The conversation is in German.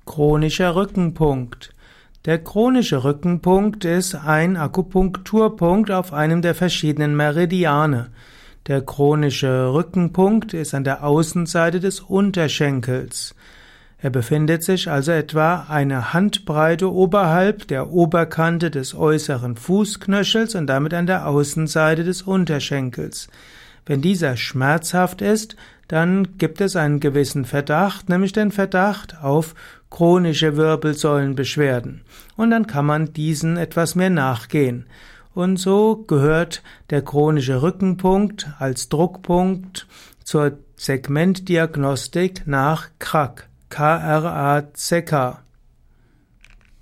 Chronischer Rückenpunkt. Der chronische Rückenpunkt ist ein Akupunkturpunkt auf einem der verschiedenen Meridiane. Der chronische Rückenpunkt ist an der Außenseite des Unterschenkels. Er befindet sich also etwa eine Handbreite oberhalb der Oberkante des äußeren Fußknöchels und damit an der Außenseite des Unterschenkels. Wenn dieser schmerzhaft ist, dann gibt es einen gewissen Verdacht, nämlich den Verdacht auf chronische Wirbelsäulenbeschwerden. Und dann kann man diesen etwas mehr nachgehen. Und so gehört der chronische Rückenpunkt als Druckpunkt zur Segmentdiagnostik nach KRACK. K-R-A-C-K.